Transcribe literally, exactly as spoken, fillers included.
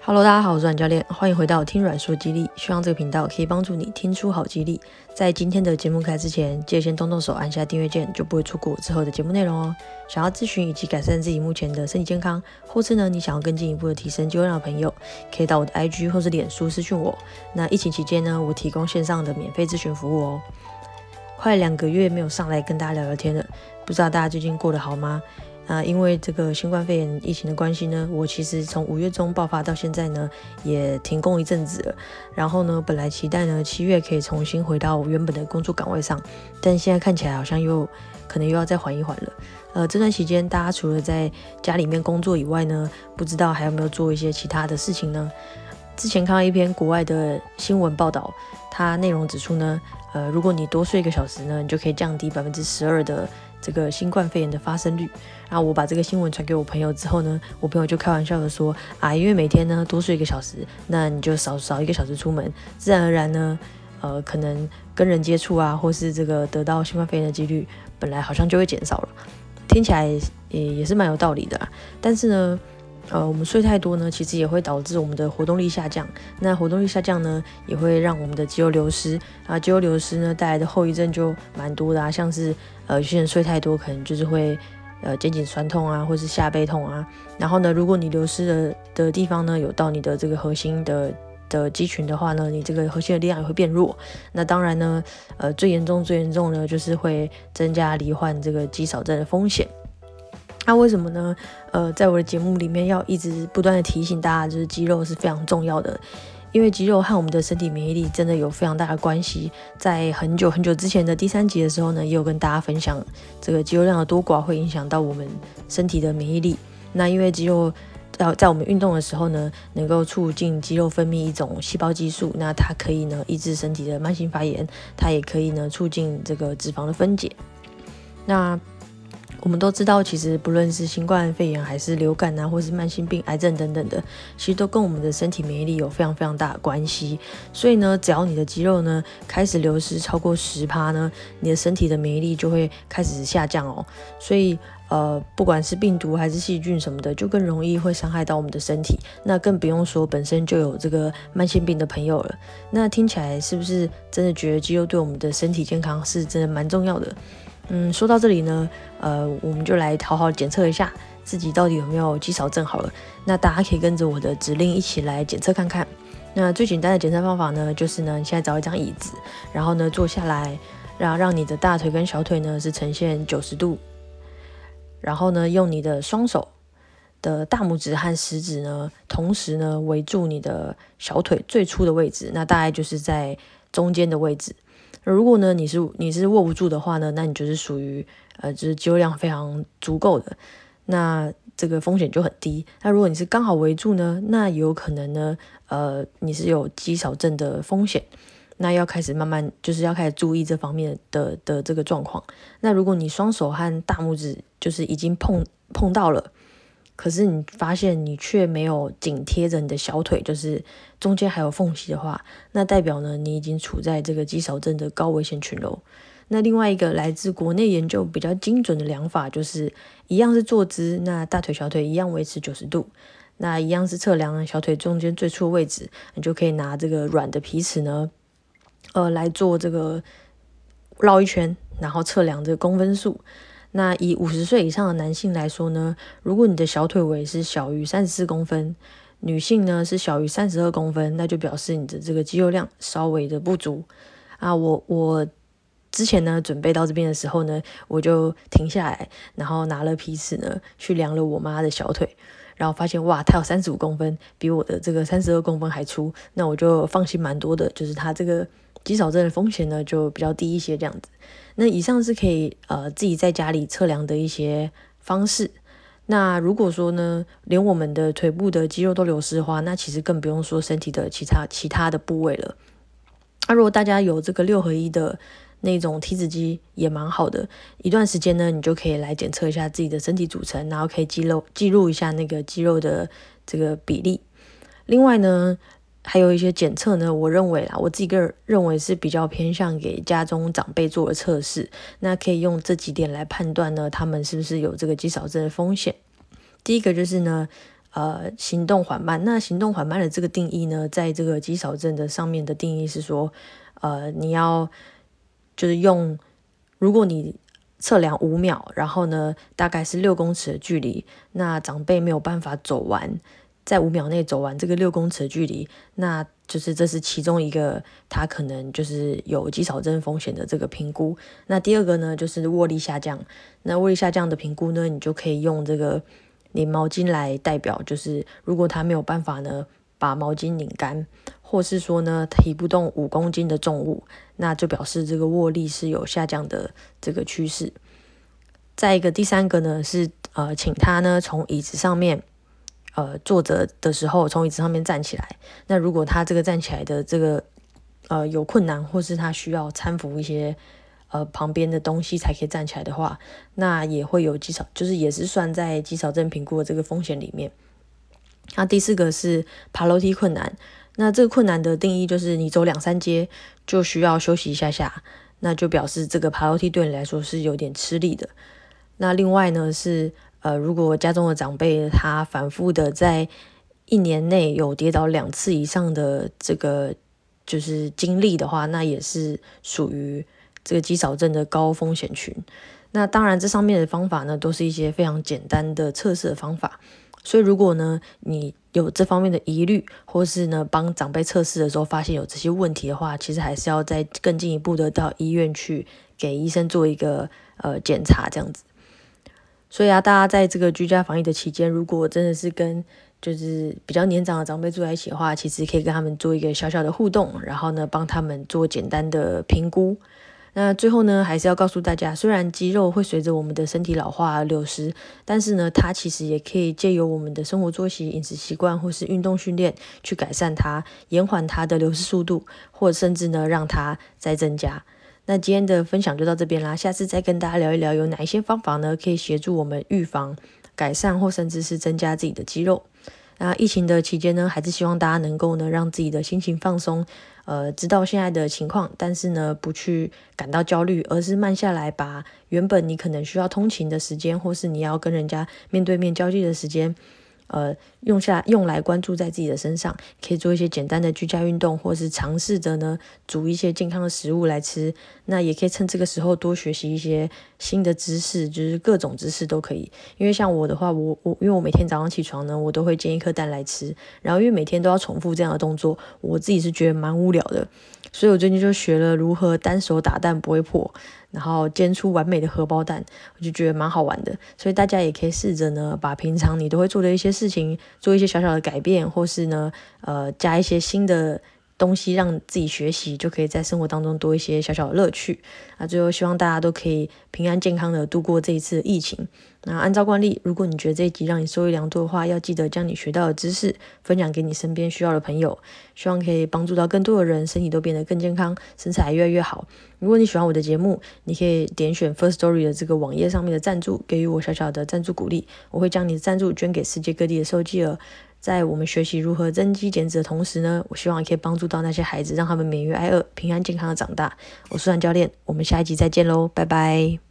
Hello， 大家好，我是阮教练，欢迎回到听阮说激励。希望这个频道可以帮助你听出好激励。在今天的节目开始之前，记得先动动手按下订阅键，就不会错过之后的节目内容哦。想要咨询以及改善自己目前的身体健康，或是呢你想要更进一步的提升肌肉量的朋友，可以到我的 I G 或是脸书私讯我。那疫情期间呢，我提供线上的免费咨询服务哦。快两个月没有上来跟大家聊聊天了，不知道大家最近过得好吗？啊，因为这个新冠肺炎疫情的关系呢，我其实从五月中爆发到现在呢，也停工一阵子了。然后呢，本来期待呢七月可以重新回到原本的工作岗位上，但现在看起来好像又可能又要再缓一缓了。呃，这段期间大家除了在家里面工作以外呢，不知道还有没有做一些其他的事情呢？之前看到一篇国外的新闻报道，它内容指出呢，呃，如果你多睡一个小时呢，你就可以降低百分之十二的这个新冠肺炎的发生率。然后我把这个新闻传给我朋友之后呢，我朋友就开玩笑的说啊，因为每天呢多睡一个小时，那你就少少一个小时出门，自然而然呢，呃，可能跟人接触啊，或是这个得到新冠肺炎的几率，本来好像就会减少了。听起来也也是蛮有道理的啊，但是呢。呃，我们睡太多呢，其实也会导致我们的活动力下降。那活动力下降呢，也会让我们的肌肉流失啊。肌肉流失呢，带来的后遗症就蛮多的啊，像是呃，有些人睡太多，可能就是会呃肩颈酸痛啊，或是下背痛啊。然后呢，如果你流失的的地方呢，有到你的这个核心的的肌群的话呢，你这个核心的力量也会变弱。那当然呢，呃，最严重最严重呢，就是会增加罹患这个肌少症的风险。那、啊、为什么呢？呃，在我的节目里面要一直不断的提醒大家，就是肌肉是非常重要的，因为肌肉和我们的身体免疫力真的有非常大的关系。在很久很久之前的第三集的时候呢，也有跟大家分享这个肌肉量的多寡会影响到我们身体的免疫力。那因为肌肉在我们运动的时候呢，能够促进肌肉分泌一种细胞激素，那它可以呢抑制身体的慢性发炎，它也可以呢促进这个脂肪的分解。那我们都知道，其实不论是新冠肺炎还是流感啊，或是慢性病、癌症等等的，其实都跟我们的身体免疫力有非常非常大的关系。所以呢，只要你的肌肉呢开始流失超过 百分之十 呢，你的身体的免疫力就会开始下降哦。所以呃，不管是病毒还是细菌什么的，就更容易会伤害到我们的身体。那更不用说本身就有这个慢性病的朋友了。那听起来是不是真的觉得肌肉对我们的身体健康是真的蛮重要的？嗯，说到这里呢，呃，我们就来好好检测一下自己到底有没有肌少症好了。那大家可以跟着我的指令一起来检测看看。那最简单的检测方法呢，就是呢，你现在找一张椅子，然后呢坐下来，然后让你的大腿跟小腿呢是呈现九十度，然后呢用你的双手的大拇指和食指呢，同时呢围住你的小腿最粗的位置，那大概就是在中间的位置。如果呢你是你是握不住的话呢，那你就是属于呃就是肌肉量非常足够的，那这个风险就很低。那如果你是刚好围住呢，那有可能呢呃你是有肌少症的风险，那要开始慢慢就是要开始注意这方面的的这个状况。那如果你双手和大拇指就是已经碰碰到了，可是你发现你却没有紧贴着你的小腿，就是中间还有缝隙的话，那代表呢你已经处在这个肌少症的高危险群喽。那另外一个来自国内研究比较精准的量法，就是一样是坐姿，那大腿小腿一样维持九十度，那一样是测量小腿中间最粗的位置，你就可以拿这个软的皮尺呢呃来做这个绕一圈，然后测量这个公分数。那以五十岁以上的男性来说呢，如果你的小腿围是小于三十四公分，女性呢是小于三十二公分，那就表示你的这个肌肉量稍微的不足啊。我我之前呢准备到这边的时候呢，我就停下来，然后拿了皮尺呢去量了我妈的小腿，然后发现哇，她有三十五公分，比我的这个三十二公分还粗，那我就放心蛮多的，就是她这个肌少症的风险呢就比较低一些这样子。那以上是可以呃自己在家里测量的一些方式。那如果说呢，连我们的腿部的肌肉都流失的话，那其实更不用说身体的其他其他的部位了。那、啊、如果大家有这个六合一的那种体脂机也蛮好的，一段时间呢，你就可以来检测一下自己的身体组成，然后可以记录记录一下那个肌肉的这个比例。另外呢，还有一些检测呢，我认为啦，我自己个人认为是比较偏向给家中长辈做的测试，那可以用这几点来判断呢，他们是不是有这个肌少症的风险。第一个就是呢， 呃行动缓慢。那行动缓慢的这个定义呢，在这个肌少症的上面的定义是说，呃，你要就是用，如果你测量五秒，然后呢大概是六公尺的距离，那长辈没有办法走完，在五秒内走完这个六公尺的距离，那就是这是其中一个他可能就是有肌少症风险的这个评估。那第二个呢，就是握力下降。那握力下降的评估呢，你就可以用这个拧毛巾来代表，就是如果他没有办法呢把毛巾拧干，或是说呢提不动五公斤的重物，那就表示这个握力是有下降的这个趋势。再一个第三个呢是呃，请他呢从椅子上面呃坐着的时候从椅子上面站起来。那如果他这个站起来的这个呃有困难，或是他需要搀扶一些呃旁边的东西才可以站起来的话，那也会有肌少，就是也是算在肌少症评估的这个风险里面。那第四个是爬楼梯困难。那这个困难的定义就是你走两三阶就需要休息一下下，那就表示这个爬楼梯对你来说是有点吃力的。那另外呢是呃，如果家中的长辈他反复的在一年内有跌倒两次以上的这个就是经历的话，那也是属于这个肌少症的高风险群。那当然这上面的方法呢都是一些非常简单的测试的方法，所以如果呢你有这方面的疑虑，或是呢帮长辈测试的时候发现有这些问题的话，其实还是要再更进一步的到医院去给医生做一个呃检查这样子。所以啊，大家在这个居家防疫的期间，如果真的是跟就是比较年长的长辈住在一起的话，其实可以跟他们做一个小小的互动，然后呢帮他们做简单的评估。那最后呢还是要告诉大家，虽然肌肉会随着我们的身体老化而流失，但是呢它其实也可以借由我们的生活作息、饮食习惯或是运动训练去改善它，延缓它的流失速度，或者甚至呢让它再增加。那今天的分享就到这边啦，下次再跟大家聊一聊有哪一些方法呢可以协助我们预防、改善或甚至是增加自己的肌肉。那疫情的期间呢，还是希望大家能够呢让自己的心情放松，呃，知道现在的情况，但是呢不去感到焦虑，而是慢下来，把原本你可能需要通勤的时间，或是你要跟人家面对面交际的时间，呃，用下用来关注在自己的身上，可以做一些简单的居家运动，或是尝试着呢煮一些健康的食物来吃。那也可以趁这个时候多学习一些新的知识，就是各种知识都可以。因为像我的话，我我因为我每天早上起床呢，我都会煎一颗蛋来吃，然后因为每天都要重复这样的动作，我自己是觉得蛮无聊的，所以我最近就学了如何单手打蛋不会破，然后煎出完美的荷包蛋，我就觉得蛮好玩的。所以大家也可以试着呢，把平常你都会做的一些事情做一些小小的改变，或是呢呃加一些新的东西让自己学习，就可以在生活当中多一些小小的乐趣。那最后希望大家都可以平安健康的度过这一次的疫情。那按照惯例，如果你觉得这一集让你受益良多的话，要记得将你学到的知识分享给你身边需要的朋友，希望可以帮助到更多的人，身体都变得更健康，身材越来越好。如果你喜欢我的节目，你可以点选 First Story 的这个网页上面的赞助，给予我小小的赞助鼓励，我会将你的赞助捐给世界各地的受饥儿。在我们学习如何增肌减脂的同时呢，我希望也可以帮助到那些孩子，让他们免于挨饿，平安健康的长大。我是苏珊教练，我们下一集再见喽，拜拜。